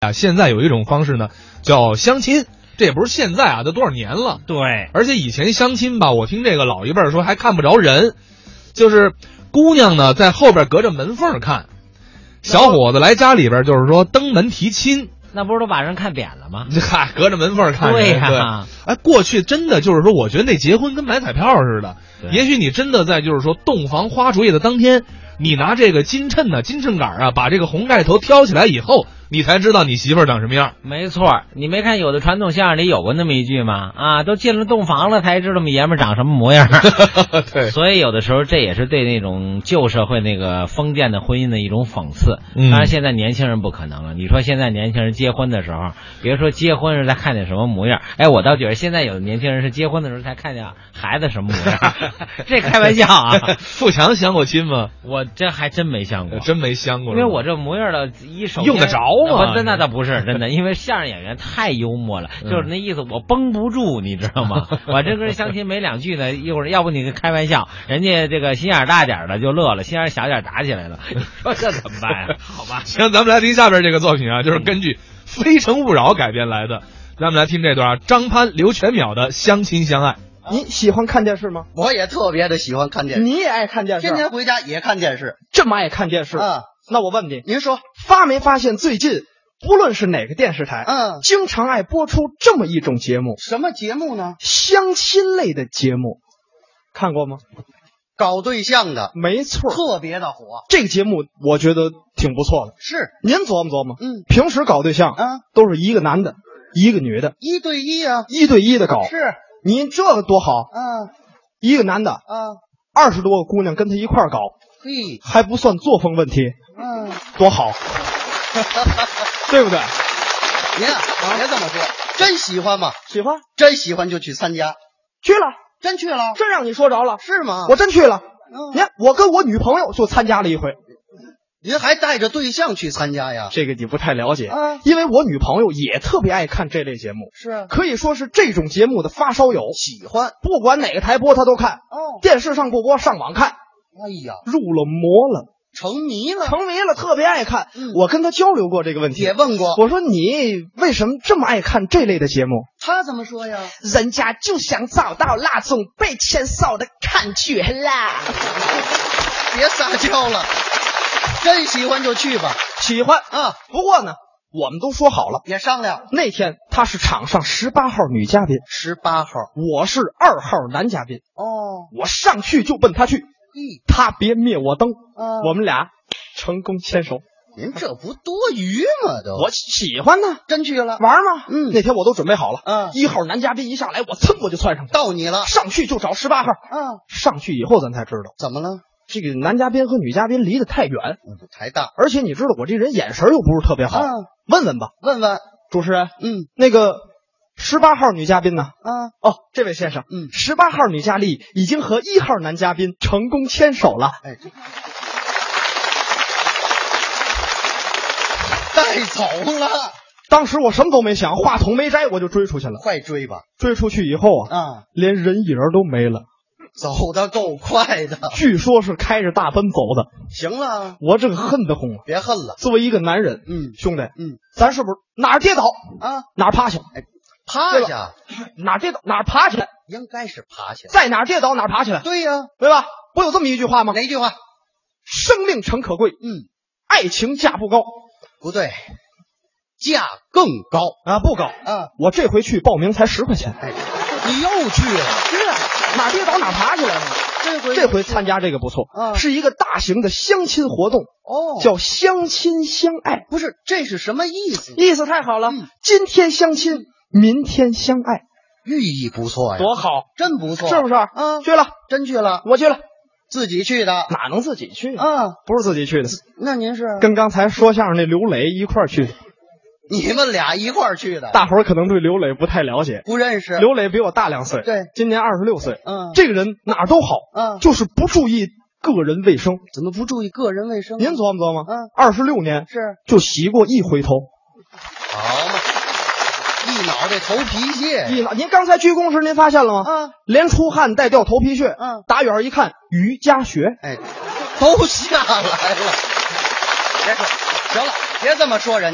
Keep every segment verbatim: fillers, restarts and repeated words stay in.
啊，现在有一种方式呢，叫相亲，这也不是现在啊，这多少年了。 对， 而且以前相亲吧，我听这个老一辈说还看不着人，就是姑娘呢在后边隔着门缝看，小伙子来家里边就是说登门提亲。 那不是都把人看扁了吗？ 嗨，隔着门缝看人。 对呀、啊， 哎，过去真的就是说，我觉得那结婚跟买彩票似的。也许你真的在就是说洞房花烛夜的当天，你拿这个金秤呢、金秤杆啊，把这个红盖头挑起来以后，你才知道你媳妇儿长什么样。 没错，你没看有的传统相声里有过那么一句吗？啊，都进了洞房了才知道我们爷们儿长什么模样。 对， 所以有的时候这也是对那种旧社会那个封建的婚姻的一种讽刺。 嗯、 当然现在年轻人不可能了。你说现在年轻人结婚的时候，别说结婚时才看见什么模样，哎，我倒觉得现在有的年轻人是结婚的时候才看见孩子什么模样。这开玩笑啊！ 富强相过亲吗？ 我这还真没相过， 真没相过。 因为我这模样的一手用得着吗？ 那那倒不是真的，因为相声演员太幽默了，就是那意思，我绷不住，你知道吗？我这跟人相亲没两句呢，一会儿要不你开玩笑，人家这个心眼大点的就乐了，心眼小点打起来了，说这怎么办呀？好吧， 行，咱们来听下边这个作品啊，就是根据《非诚勿扰》改编来的，咱们来听这段张潘刘全淼的相亲相爱。 你喜欢看电视吗？ 我也特别的喜欢看电视。 你也爱看电视？ 天天回家也看电视。 这么爱看电视啊？ 那我问你， 您说发没发现最近不论是哪个电视台， 嗯， 经常爱播出这么一种节目？ 什么节目呢？ 相亲类的节目，看过吗？ 搞对象的， 没错， 特别的火。 这个节目我觉得挺不错的。 是， 您琢磨琢磨， 嗯， 平时搞对象啊， 都是一个男的，一个女的， 一对一啊， 一对一的搞。 是， 您这个多好啊， 一个男的啊， 二十多个姑娘跟他一块儿搞， 嘿， 还不算作风问题， 嗯， 多好，对不对？ 您啊，别这么说，真喜欢吗？ 喜欢， 真喜欢就去参加， 去了， 真去了， 真让你说着了， 是吗？ 我真去了。 嗯， 你看，我跟我女朋友就参加了一回。 您还带着对象去参加呀？ 这个你不太了解啊， 因为我女朋友也特别爱看这类节目， 是可以说是这种节目的发烧友， 喜欢， 不管哪个台播她都看。 哦， 电视上不播，上网看。 哎呀， 入了魔了， 成迷了， 成迷了，特别爱看。 嗯， 我跟她交流过这个问题， 也问过。 我说你为什么这么爱看这类的节目？ 他怎么说呀？ 人家就想找到那种被牵手的感觉啦。 别撒娇了，真喜欢就去吧。 喜欢啊， 不过呢，我们都说好了， 别商量。 那天她是场上十八号女嘉宾， 十八号， 我是二号男嘉宾。 哦， 我上去就奔她去，她别灭我灯， 啊， 我们俩成功牵手。 您这不多余吗？都我喜欢呢， 真去了玩吗？ 嗯， 那天我都准备好了。 嗯， 一号男嘉宾一上来，我噌我就窜上去， 到你了， 上去就找十八号。 嗯， 上去以后咱才知道怎么了？ 这个男嘉宾和女嘉宾离得太远， 嗯，太大， 而且你知道我这人眼神又不是特别好。 嗯， 问问吧， 问问主持人。 嗯， 那个十八号女嘉宾呢？ 啊， 哦，这位先生， 嗯， 十八号女嘉宾已经和一号男嘉宾成功牵手了。 哎，这带走了。 当时我什么都没想，话筒没摘，我就追出去了。 快追吧！ 追出去以后啊， 啊， 连人影都没了。 走得够快的， 据说是开着大奔走的。 行了， 我这个恨得慌啊！ 别恨了。 作为一个男人， 嗯， 兄弟， 嗯， 咱是不是哪儿跌倒啊， 哪儿趴下？ 哎，趴下， 哪儿跌倒哪儿爬起来？ 应该是爬起来。 在哪儿跌倒哪儿爬起来？ 对呀， 对吧？不有这么一句话吗？ 哪句话？ 生命诚可贵， 嗯， 爱情价不高。 不对，价更高啊，不高啊！ 我这回去报名才十块钱。 哎，你又去了？ 是啊，哪儿跌倒哪儿爬起来呢？ 这回这回参加这个不错啊， 是一个大型的相亲活动哦， 叫相亲相爱。 不是，这是什么意思？ 意思太好了， 嗯， 今天相亲，明天相爱， 寓意不错呀， 多好， 真不错， 是不是？ 啊， 去了， 真去了， 我去了， 自己去的， 哪能自己去呢？ 啊， 不是自己去的， 那您是跟刚才说相声那刘磊一块儿去的。 你们俩一块儿去的？ 大伙儿可能对刘磊不太了解， 不认识。 刘磊比我大两岁， 对， 今年二十六岁。 嗯， 这个人哪儿都好， 嗯， 就是不注意个人卫生。 怎么不注意个人卫生？ 您琢磨琢磨， 嗯， 二十六年是就洗过一回头， 好嘛，一脑袋头皮屑， 一脑。您刚才鞠躬时您发现了吗？ 啊， 连出汗带掉头皮屑， 嗯， 打远一看瑜伽穴， 哎，都下来了。别说，行了，别这么说人家。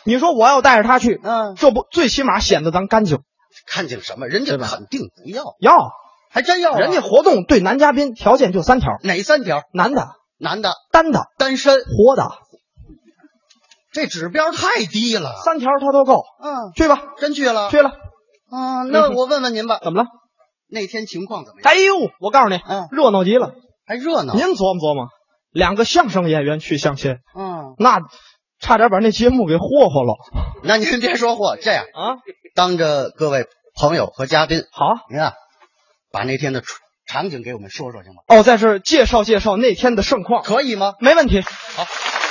你说我要带着他去， 嗯， 这不最起码显得咱干净。 干净什么？人家肯定不要， 要， 还真要、啊。 人家活动对男嘉宾条件就三条， 哪三条？ 男的、 男的、 单的、 单身、 活的， 这指标太低了。 三条他都够。 嗯， 去吧， 真去了， 去了。 啊，那我问问您吧， 怎么了？ 那天情况怎么样？ 哎呦，我告诉你， 嗯， 热闹极了， 还热闹。 您琢磨琢磨，两个相声演员去相亲， 嗯， 那差点把那节目给霍霍了。 那您别说霍，这样啊， 当着各位朋友和嘉宾， 好， 您啊，把那天的场景给我们说说行吗？ 哦，在这儿介绍介绍那天的盛况， 可以吗？ 没问题。 好，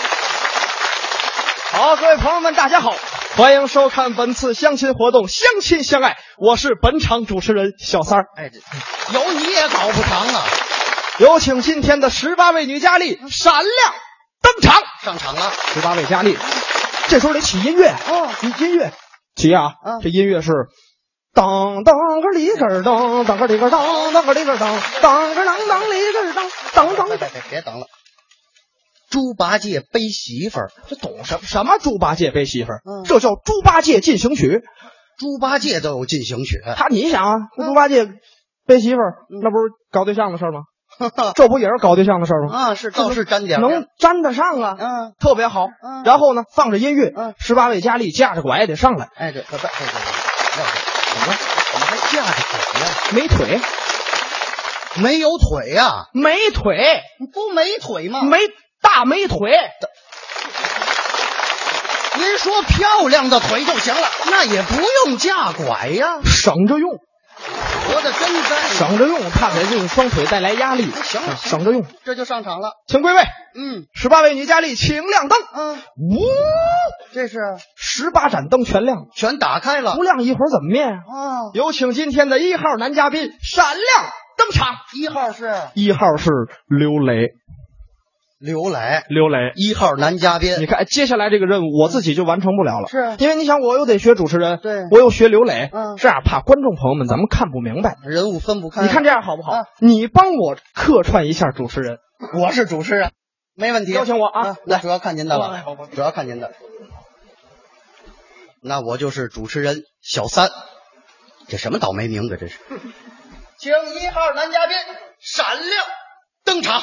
好，各位朋友们，大家好，欢迎收看本次相亲活动，相亲相爱，我是本场主持人小三儿。 哎，这有你也搞不长啊！ 有请今天的十八位女佳丽闪亮登场， 上场了。 十八位佳丽，这时候得起音乐哦，音乐起啊， 嗯、 这音乐是当当个里个当，当个里个当，当个里个当，当个当当里个当，当当。 别别别等了。猪八戒背媳妇儿， 这懂什么什么？猪八戒背媳妇儿， 嗯， 这叫猪八戒进行曲。 猪八戒都有进行曲， 他你想啊，猪八戒背媳妇儿， 嗯、 那不是搞对象的事儿吗？这不也是搞对象的事儿吗？ 啊，是倒是沾点， 能沾得上啊， 嗯， 特别好。 嗯， 然后呢，放着音乐， 嗯， 十八位佳丽架着拐得上来。 哎，这这这这怎么怎么还架着腿呀？ 没腿， 没有腿呀？ 没腿， 不没腿吗？ 没大没腿。 您说漂亮的腿就行了，那也不用架拐呀， 省着用。 活得真在， 省着用，怕给这种双腿带来压力。 行了， 省着用， 这就上场了。 请归位。 嗯， 十八位女佳丽，请亮灯。 嗯， 呜， 这是十八盏灯全亮， 全打开了。 不亮一会儿怎么灭啊？ 啊！ 有请今天的一号男嘉宾闪亮登场。 一号是一号是刘磊。 刘磊， 刘磊， 一号男嘉宾。 你看，接下来这个任务我自己就完成不了了， 是因为你想，我又得学主持人， 对， 我又学刘磊， 嗯， 这样怕观众朋友们咱们看不明白， 人物分不开。 你看这样好不好？ 啊、 你帮我客串一下主持人， 我是主持人，没问题。 邀请我啊， 啊那主要看您的了， 来主要看您的。那我就是主持人小三，这什么倒霉名字这是？请一号男嘉宾闪亮登场。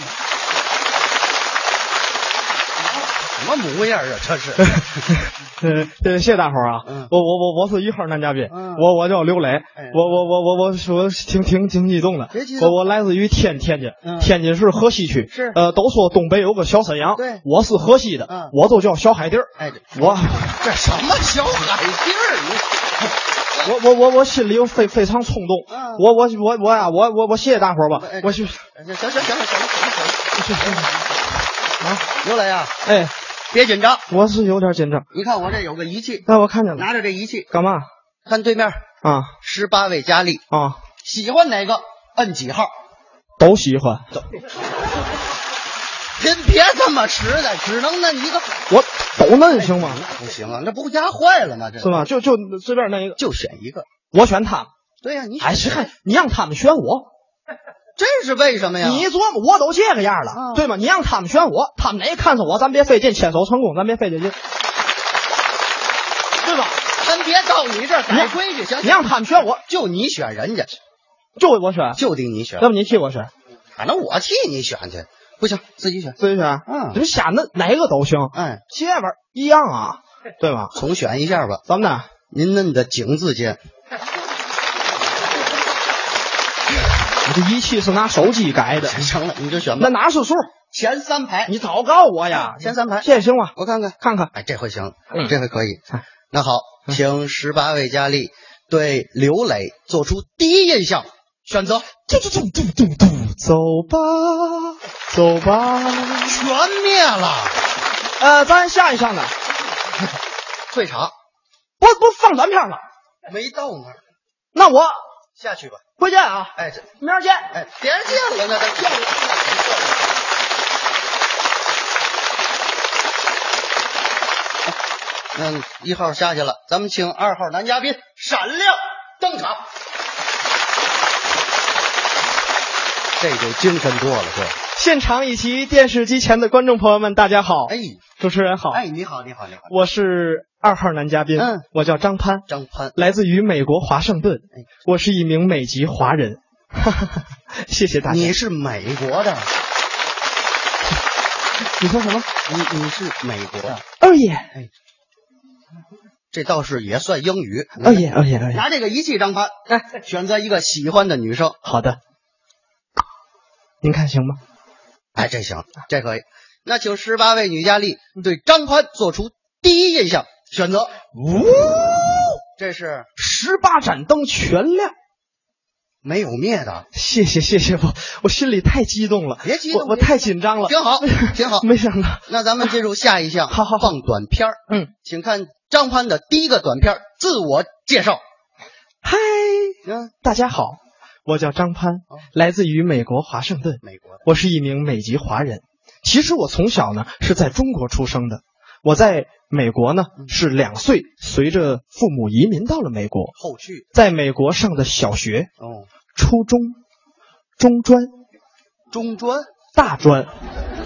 什么模样啊？这是， 呃，谢谢大伙儿啊！ 嗯、 我我我我是一号男嘉宾， 嗯、 我我叫刘磊， 哎、 我我我我我我挺挺挺激动的，我我来自于天天津， 嗯、 天津市河西区， 是， 呃，都说东北有个小沈阳， 对， 我是河西的， 嗯、 我都叫小海地儿， 哎， 我这什么小海地儿？ 我我我我心里有非非常冲动， 嗯、 我我我我呀，我我我谢谢大伙儿吧， 哎、 我去， 行行行行行行行，啊，刘磊啊， 哎。 别紧张， 我是有点紧张。 你看我这有个仪器， 那我看见了， 拿着这仪器干嘛？ 看对面啊， 十八位佳丽啊， 喜欢哪个摁几号， 都喜欢。 您别这么实在，只能摁一个， 我都摁行吗？ 那不行啊，那不压坏了吗？这是吧？就就随便摁一个， 就选一个。 我选他们。 对呀、啊，你还是看你让他们选我。 这是为什么呀？ 你一琢磨，我都这个样了， 啊、 对吗？你让他们选我，他们哪看上我，咱别费劲，牵手成功，咱别费这劲，对吧？ 咱别到你这儿改规矩，行？ 你让他们选我， 就你选人家， 就我选， 就得你选， 要不你替我选？ 反正我替你选去，不行，自己选， 自己选。 嗯， 你们瞎那哪个都行， 哎， 这玩意儿一样啊，对吧？ 重选一下吧， 怎么的？ 您摁的井字键。 你这仪器是拿手机改的， 成了，你就选吧。 那哪是数？ 前三排， 你早告我呀！ 前三排， 这行吗？ 我看看， 看看。 哎，这回行， 嗯、 这回可以。那好，嗯、请十八位佳丽对刘磊做出第一印象选择。 嘟嘟嘟嘟嘟嘟，走吧，走吧， 全灭了。 呃，咱下一项呢？ 退场。 不不放短片了， 没到那儿。 那我下去吧。 回见啊！ 哎，这明儿见！ 哎，别见了，那这见了。嗯，一号下去了，咱们请二号男嘉宾闪亮登场。这就精神多了，这。 现场以及电视机前的观众朋友们，大家好！ 哎， 主持人好。 哎，你好，你好，你好。 我是二号男嘉宾， 嗯， 我叫张潘， 张潘， 来自于美国华盛顿， 哎， 我是一名美籍华人。谢谢大家。 你是美国的？ 你说什么？ 你你是美国的？ 二爷， 哎，这倒是也算英语。 二爷，二爷，二爷， 拿这个仪器，张潘，哎，选择一个喜欢的女生。 好的，您看行吗？ 哎，这行，这可以。那请十八位女佳丽对张潘做出第一印象选择。 呜， 这是十八盏灯全亮。 没有灭的。 谢谢谢谢，我我心里太激动了， 别激动， 我我太紧张了。 挺好，挺好。 没想到。 那咱们进入下一项， 好好放短片。 嗯， 请看张潘的第一个短片自我介绍。 嗨， 嗯， 大家好，我叫张潘， 哦、 来自于美国华盛顿， 美国的。 我是一名美籍华人。其实我从小呢是在中国出生的，我在美国呢是两岁随着父母移民到了美国， 后去在美国上的小学、 哦、 初中、中专、 中专、 大专。 啊，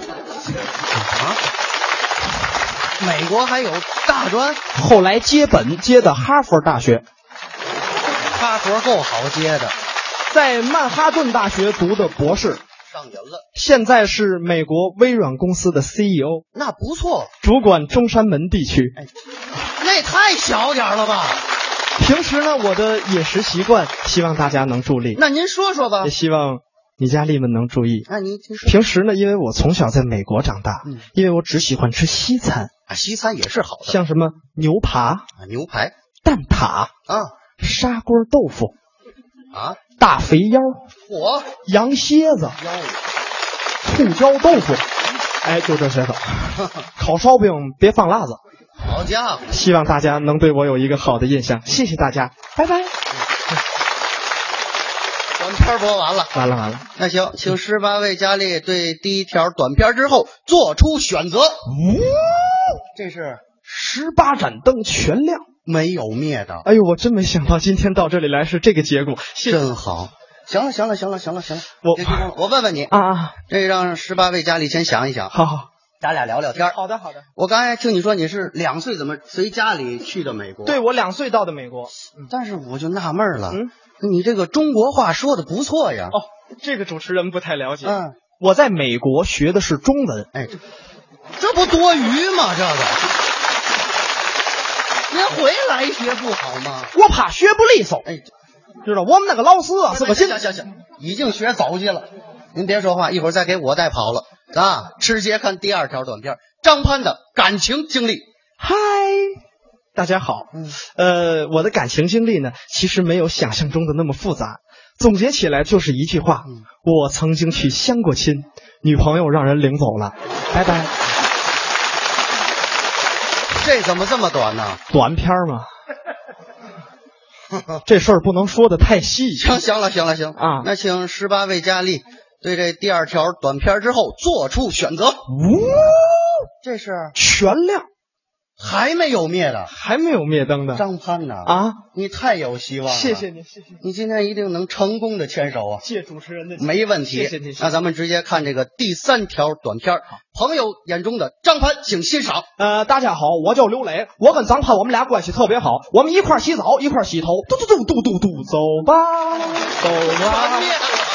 美国还有大专？ 后来接本接的哈佛大学。 哈佛够好接的。 在曼哈顿大学读的博士。 上瘾了， 现在是美国微软公司的 C E O， 那不错， 主管中山门地区。 哎，那也太小点了吧？ 平时呢，我的饮食习惯希望大家能注意。 那您说说吧。 也希望女佳丽们能注意。 那您听说。 平时呢，因为我从小在美国长大， 嗯， 因为我只喜欢吃西餐啊，西餐也是好的， 像什么牛扒、 啊、牛排、 蛋挞啊、 砂锅豆腐啊。 大肥腰， 我羊蝎子，醋椒豆腐，哎，就这些个。烤烧饼别放辣子。 好家伙！ 希望大家能对我有一个好的印象，谢谢大家，拜拜。 短片播完了， 完了完了。 那行，请十八位佳丽对第一条短片之后做出选择。 呜， 这是十八盏灯全亮。 没有灭的。 哎呦，我真没想到今天到这里来是这个结果， 真好。行了，行了，行了，行了，行了， 我我问问你啊， 这让十八位佳丽先想一想。 好好， 咱俩聊聊天。 好的，好的。 我刚才听你说你是两岁怎么随家里去的美国？ 对，我两岁到的美国。 嗯、但是我就纳闷了， 嗯， 你这个中国话说的不错呀。 哦，这个主持人不太了解。 嗯， 我在美国学的是中文。 哎，这这不多余吗？这个。您回来学不好吗？ 我怕学不利索。 哎， 知道我们那个老师啊是个行行行行，已经学走去了。您别说话，一会儿再给我带跑了啊！直接看第二条短片，张潘的感情经历。 嗨，大家好。嗯，呃，我的感情经历呢，其实没有想象中的那么复杂。总结起来就是一句话：嗯、我曾经去相过亲，女朋友让人领走了，拜拜。 这怎么这么短呢？ 短片嘛，这事儿不能说的太细。 行，行了，行了，行啊， 那请十八位佳丽对这第二条短片之后做出选择。 呜， 这是全亮， 还没有灭的， 还没有灭灯的。 张潘呐， 啊， 你太有希望了。 谢谢你，谢谢你， 你今天一定能成功的牵手啊！ 借主持人的没问题， 谢谢你。 那咱们直接看这个第三条短片，朋友眼中的张潘，请欣赏。 呃，大家好，我叫刘磊，我跟张潘我们俩关系特别好，我们一块洗澡，一块洗头，嘟嘟嘟嘟嘟嘟，走吧，走吧。